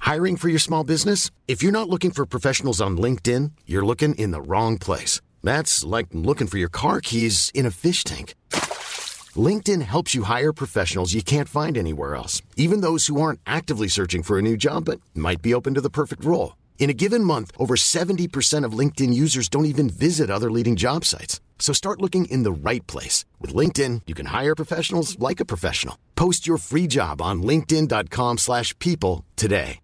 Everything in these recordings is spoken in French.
Hiring for your small business? If you're not looking for professionals on LinkedIn, you're looking in the wrong place. That's like looking for your car keys in a fish tank. LinkedIn helps you hire professionals you can't find anywhere else, even those who aren't actively searching for a new job but might be open to the perfect role. In a given month, over 70% of LinkedIn users don't even visit other leading job sites. So start looking in the right place. With LinkedIn, you can hire professionals like a professional. Post your free job on linkedin.com/people today.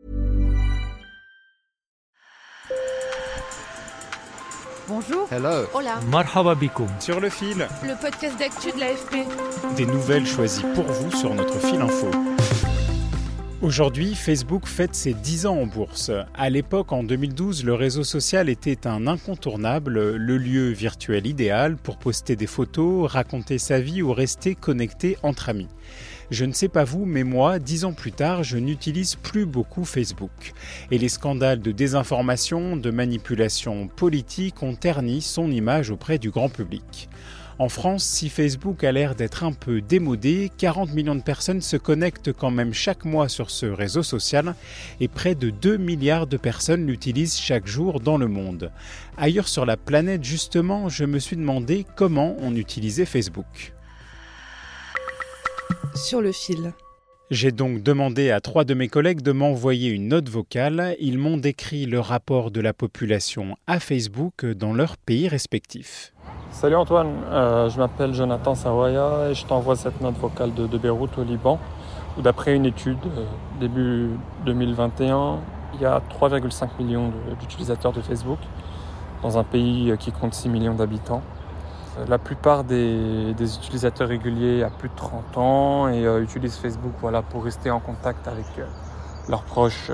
Bonjour. Hello. Hola. Marhaba bikoum. Sur le fil. Le podcast d'actu de l'AFP. Des nouvelles choisies pour vous sur notre fil info. Aujourd'hui, Facebook fête ses 10 ans en bourse. À l'époque, en 2012, le réseau social était un incontournable, le lieu virtuel idéal pour poster des photos, raconter sa vie ou rester connecté entre amis. Je ne sais pas vous, mais moi, 10 ans plus tard, je n'utilise plus beaucoup Facebook. Et les scandales de désinformation, de manipulation politique ont terni son image auprès du grand public. En France, si Facebook a l'air d'être un peu démodé, 40 millions de personnes se connectent quand même chaque mois sur ce réseau social et près de 2 milliards de personnes l'utilisent chaque jour dans le monde. Ailleurs sur la planète, justement, je me suis demandé comment on utilisait Facebook. Sur le fil. J'ai donc demandé à 3 de mes collègues de m'envoyer une note vocale. Ils m'ont décrit le rapport de la population à Facebook dans leurs pays respectifs. Salut Antoine, je m'appelle Jonathan Sawaya et je t'envoie cette note vocale de Beyrouth au Liban où d'après une étude début 2021, il y a 3,5 millions d'utilisateurs de Facebook dans un pays qui compte 6 millions d'habitants. La plupart des utilisateurs réguliers à plus de 30 ans et utilisent Facebook pour rester en contact avec leurs proches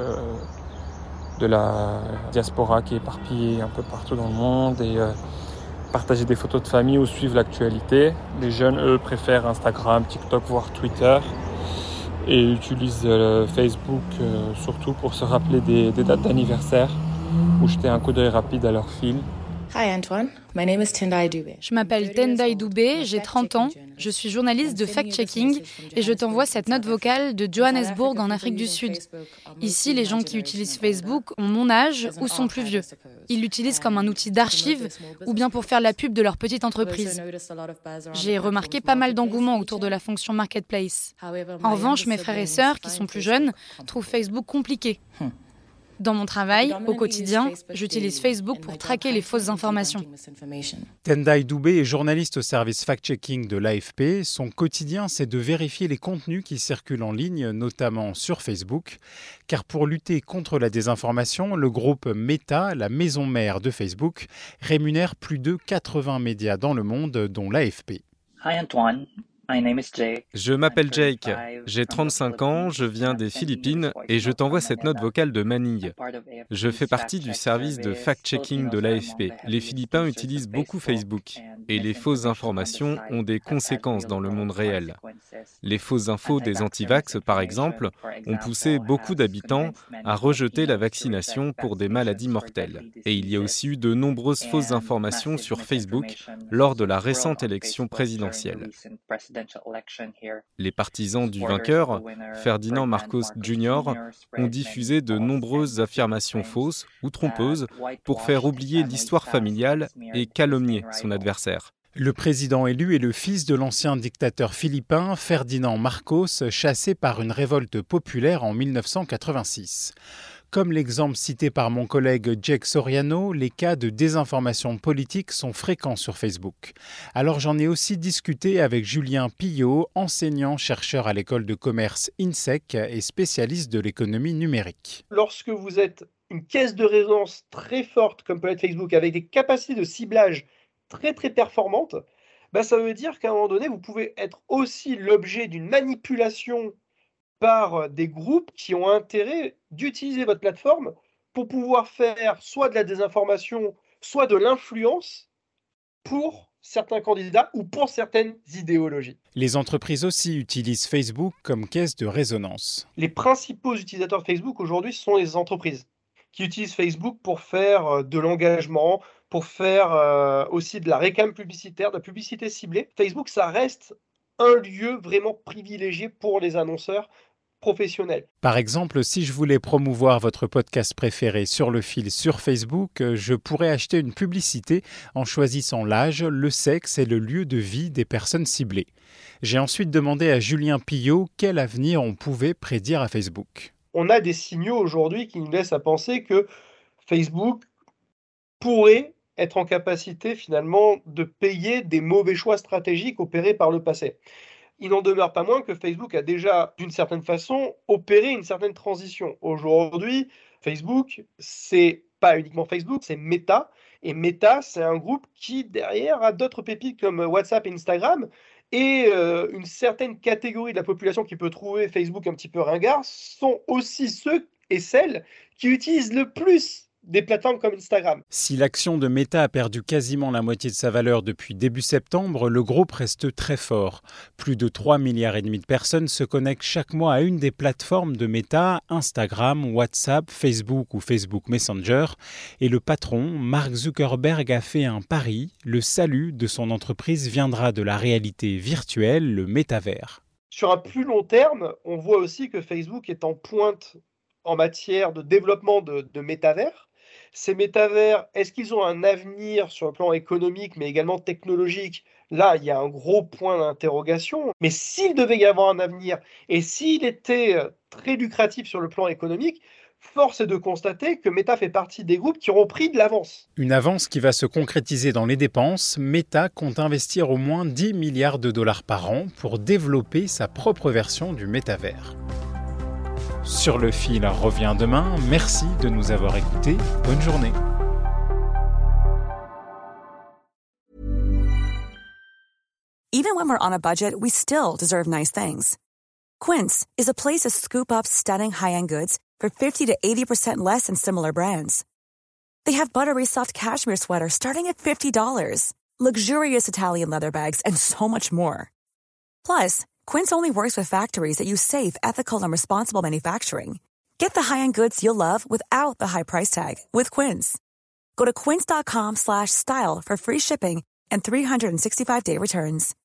de la diaspora qui est éparpillée un peu partout dans le monde et partager des photos de famille ou suivre l'actualité. Les jeunes, eux, préfèrent Instagram, TikTok, voire Twitter et utilisent Facebook surtout pour se rappeler des dates d'anniversaire ou jeter un coup d'œil rapide à leur fil. Hi Antoine, my name is Tendai Dubé. Je m'appelle Tendai Dubé, j'ai 30 ans, je suis journaliste de fact-checking et je t'envoie cette note vocale de Johannesburg en Afrique du Sud. Ici, les gens qui utilisent Facebook ont mon âge ou sont plus vieux. Ils l'utilisent comme un outil d'archive ou bien pour faire la pub de leur petite entreprise. J'ai remarqué pas mal d'engouement autour de la fonction Marketplace. En revanche, mes frères et sœurs, qui sont plus jeunes, trouvent Facebook compliqué. Dans mon travail, au quotidien, j'utilise Facebook pour traquer les fausses informations. Tendai Dubé est journaliste au service fact-checking de l'AFP. Son quotidien, c'est de vérifier les contenus qui circulent en ligne, notamment sur Facebook. Car pour lutter contre la désinformation, le groupe Meta, la maison mère de Facebook, rémunère plus de 80 médias dans le monde, dont l'AFP. Hi Antoine. Je m'appelle Jake, j'ai 35 ans, je viens des Philippines et je t'envoie cette note vocale de Manille. Je fais partie du service de fact-checking de l'AFP. Les Philippins utilisent beaucoup Facebook et les fausses informations ont des conséquences dans le monde réel. Les fausses infos des anti-vax, par exemple, ont poussé beaucoup d'habitants à rejeter la vaccination pour des maladies mortelles. Et il y a aussi eu de nombreuses fausses informations sur Facebook lors de la récente élection présidentielle. Les partisans du vainqueur, Ferdinand Marcos Jr., ont diffusé de nombreuses affirmations fausses ou trompeuses pour faire oublier l'histoire familiale et calomnier son adversaire. Le président élu est le fils de l'ancien dictateur philippin Ferdinand Marcos, chassé par une révolte populaire en 1986. Comme l'exemple cité par mon collègue Jake Soriano, les cas de désinformation politique sont fréquents sur Facebook. Alors j'en ai aussi discuté avec Julien Pillot, enseignant-chercheur à l'école de commerce INSEC et spécialiste de l'économie numérique. Lorsque vous êtes une caisse de résonance très forte comme peut être Facebook, avec des capacités de ciblage très très performantes, ça veut dire qu'à un moment donné, vous pouvez être aussi l'objet d'une manipulation par des groupes qui ont intérêt d'utiliser votre plateforme pour pouvoir faire soit de la désinformation, soit de l'influence pour certains candidats ou pour certaines idéologies. Les entreprises aussi utilisent Facebook comme caisse de résonance. Les principaux utilisateurs de Facebook aujourd'hui sont les entreprises qui utilisent Facebook pour faire de l'engagement, pour faire aussi de la réclame publicitaire, de la publicité ciblée. Facebook, ça reste un lieu vraiment privilégié pour les annonceurs professionnel. Par exemple, si je voulais promouvoir votre podcast préféré Sur le fil sur Facebook, je pourrais acheter une publicité en choisissant l'âge, le sexe et le lieu de vie des personnes ciblées. J'ai ensuite demandé à Julien Pillot quel avenir on pouvait prédire à Facebook. On a des signaux aujourd'hui qui nous laissent à penser que Facebook pourrait être en capacité finalement de payer des mauvais choix stratégiques opérés par le passé. Il n'en demeure pas moins que Facebook a déjà, d'une certaine façon, opéré une certaine transition. Aujourd'hui, Facebook, c'est pas uniquement Facebook, c'est Meta. Et Meta, c'est un groupe qui, derrière, a d'autres pépites comme WhatsApp et Instagram. Et une certaine catégorie de la population qui peut trouver Facebook un petit peu ringard sont aussi ceux et celles qui utilisent le plus des plateformes comme Instagram. Si l'action de Meta a perdu quasiment la moitié de sa valeur depuis début septembre, le groupe reste très fort. Plus de 3,5 milliards de personnes se connectent chaque mois à une des plateformes de Meta, Instagram, WhatsApp, Facebook ou Facebook Messenger. Et le patron, Mark Zuckerberg, a fait un pari. Le salut de son entreprise viendra de la réalité virtuelle, le métavers. Sur un plus long terme, on voit aussi que Facebook est en pointe en matière de développement de métavers. Ces métavers, est-ce qu'ils ont un avenir sur le plan économique, mais également technologique ? Là, il y a un gros point d'interrogation. Mais s'il devait y avoir un avenir, et s'il était très lucratif sur le plan économique, force est de constater que Meta fait partie des groupes qui auront pris de l'avance. Une avance qui va se concrétiser dans les dépenses. Meta compte investir au moins 10 milliards de dollars par an pour développer sa propre version du métavers. Sur le fil revient demain. Merci de nous avoir écoutés. Bonne journée. Even when we're on a budget, we still deserve nice things. Quince is a place to scoop up stunning high-end goods for 50 to 80% less than similar brands. They have buttery soft cashmere sweaters starting at $50, luxurious Italian leather bags, and so much more. Plus, Quince only works with factories that use safe, ethical, and responsible manufacturing. Get the high-end goods you'll love without the high price tag with Quince. Go to quince.com/style for free shipping and 365-day returns.